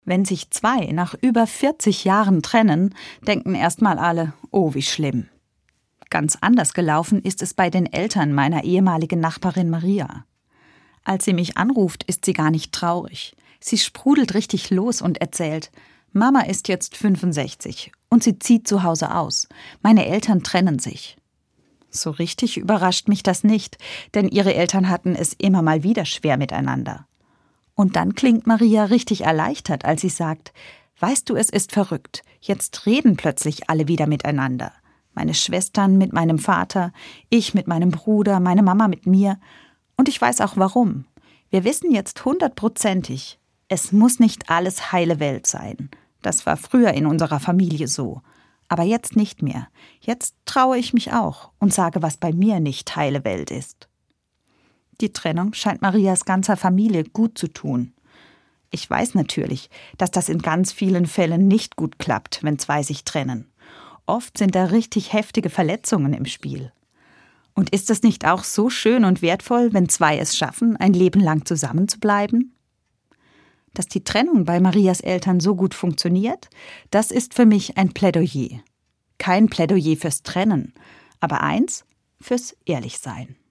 Wenn sich zwei nach über 40 Jahren trennen, denken erstmal alle, oh, wie schlimm. Ganz anders gelaufen ist es bei den Eltern meiner ehemaligen Nachbarin Maria. Als sie mich anruft, ist sie gar nicht traurig. Sie sprudelt richtig los und erzählt, Mama ist jetzt 65 und sie zieht zu Hause aus. Meine Eltern trennen sich. So richtig überrascht mich das nicht, denn ihre Eltern hatten es immer mal wieder schwer miteinander. Und dann klingt Maria richtig erleichtert, als sie sagt, weißt du, es ist verrückt, jetzt reden plötzlich alle wieder miteinander. Meine Schwestern mit meinem Vater, ich mit meinem Bruder, meine Mama mit mir. Und ich weiß auch warum. Wir wissen jetzt 100%, es muss nicht alles heile Welt sein. Das war früher in unserer Familie so. Aber jetzt nicht mehr. Jetzt traue ich mich auch und sage, was bei mir nicht heile Welt ist. Die Trennung scheint Marias ganzer Familie gut zu tun. Ich weiß natürlich, dass das in ganz vielen Fällen nicht gut klappt, wenn zwei sich trennen. Oft sind da richtig heftige Verletzungen im Spiel. Und ist es nicht auch so schön und wertvoll, wenn zwei es schaffen, ein Leben lang zusammenzubleiben? Dass die Trennung bei Marias Eltern so gut funktioniert, das ist für mich ein Plädoyer. Kein Plädoyer fürs Trennen, aber eins fürs Ehrlichsein.